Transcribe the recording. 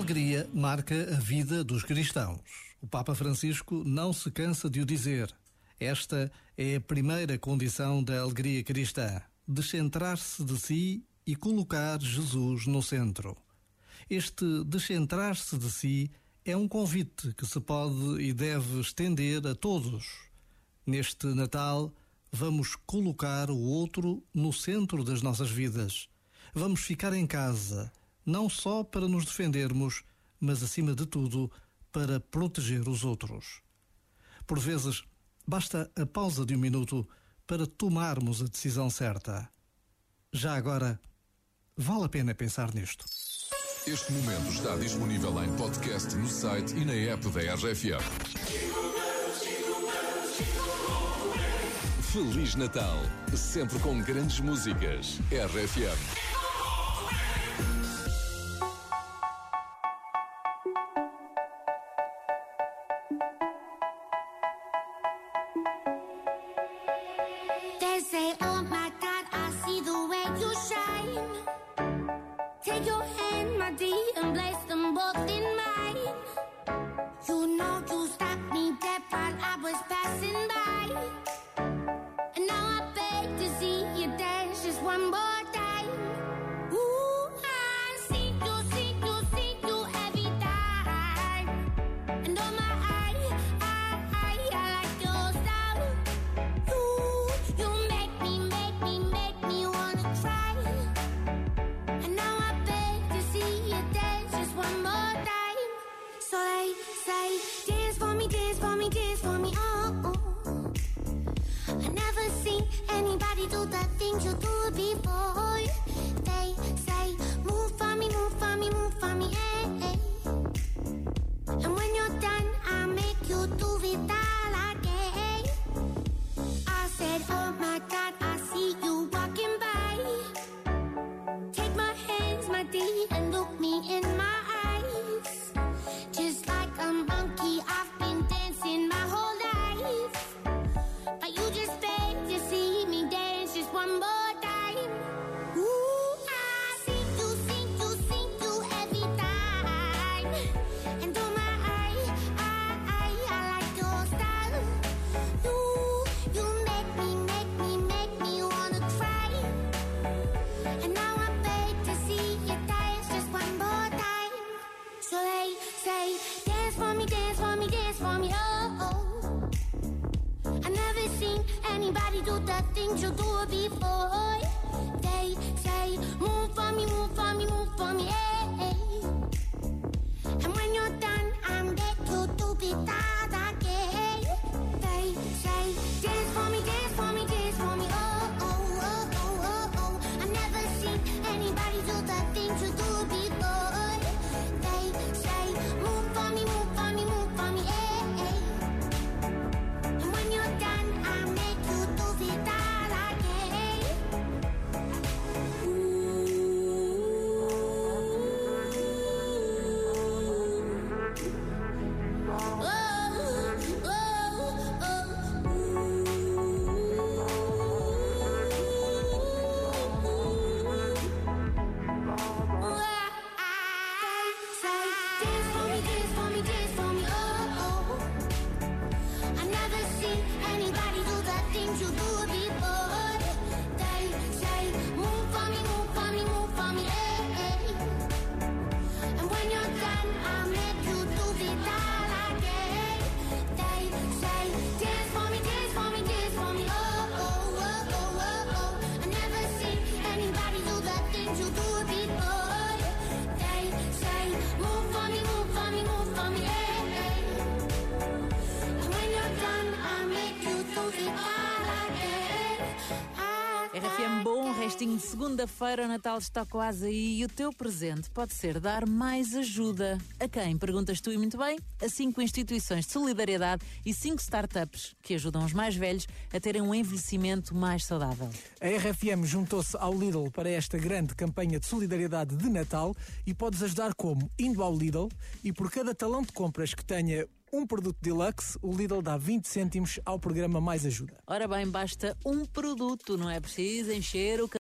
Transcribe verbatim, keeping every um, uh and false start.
alegria marca a vida dos cristãos. O Papa Francisco não se cansa de o dizer. Esta é a primeira condição da alegria cristã: descentrar-se de si e colocar Jesus no centro. Este descentrar-se de si é um convite que se pode e deve estender a todos. Neste Natal, vamos colocar o outro no centro das nossas vidas. Vamos ficar em casa, não só para nos defendermos, mas, acima de tudo, para proteger os outros. Por vezes, basta a pausa de um minuto para tomarmos a decisão certa. Já agora, vale a pena pensar nisto. Este momento está disponível em podcast no site e na app da R F M. Feliz Natal, sempre com grandes músicas. R F M. They say, oh my God, I see the way you shine. Take your hand, my dear, and place them both in mine. You know you stopped me dead while I was passing by. And now I beg to see you dance just one more time. Ooh, I see you, see you, see you every time. And oh my, I, I, I, I like your style. Ooh, you make me, make me, make me wanna cry. And now I beg to see you dance just one more time. So they say, dance for me, dance for me, dance for me, oh, oh. I never seen anybody do the things you do before. They say, move for me, move for me, move for me, eh, eh. And when you're done, I'll make you do it all again. I said, oh my God, I see you walking by. Take my hands, my dear, and look me in my eyes. Just like a monkey, I've been dancing my whole life. But you just beg to see me dance just one more time. Ooh, I see you, see you, see you every time. And oh my, I, I, I, I like your style. You, you make me, make me, make me wanna cry. And now I beg to see you dance just one more time. So they say, dance for me, dance for me, dance for me, oh, oh. I never seen anybody do the things you do before. They say, move for me, move for me, move for me, eh, eh. And when you're done, I'm get you to be that again. They say, dance for me, dance for me, dance for me, oh, oh, oh, oh, oh, oh. I never seen anybody do the things you do before. They say, move for me, move for me, move for me, eh, eh. And when you're done, I'll make you do it all again. Ooh. Oh, oh, oh, ooh. I say, dance for me, dance for me, dance for me, oh, oh. I never seen anybody do the things you do before. They say, move for me, move for me, move for me, eh, eh. And when you're done, I'll make you do it all again. They say, dance for me, dance for me, dance for me, oh, oh, oh, oh, oh, oh. I never seen anybody do the things you do before. They say, move for me, move for me, move for me, eh, eh. And when you're done, I'll make you do it all again. R F M bom, restinho de segunda-feira, o Natal está quase aí e o teu presente pode ser dar mais ajuda. A quem? Perguntas tu, e muito bem. A cinco instituições de solidariedade e cinco startups que ajudam os mais velhos a terem um envelhecimento mais saudável. A R F M juntou-se ao Lidl para esta grande campanha de solidariedade de Natal e podes ajudar como? Indo ao Lidl e por cada talão de compras que tenha um produto deluxe, o Lidl dá vinte cêntimos ao programa Mais Ajuda. Ora bem, basta um produto, não é preciso encher o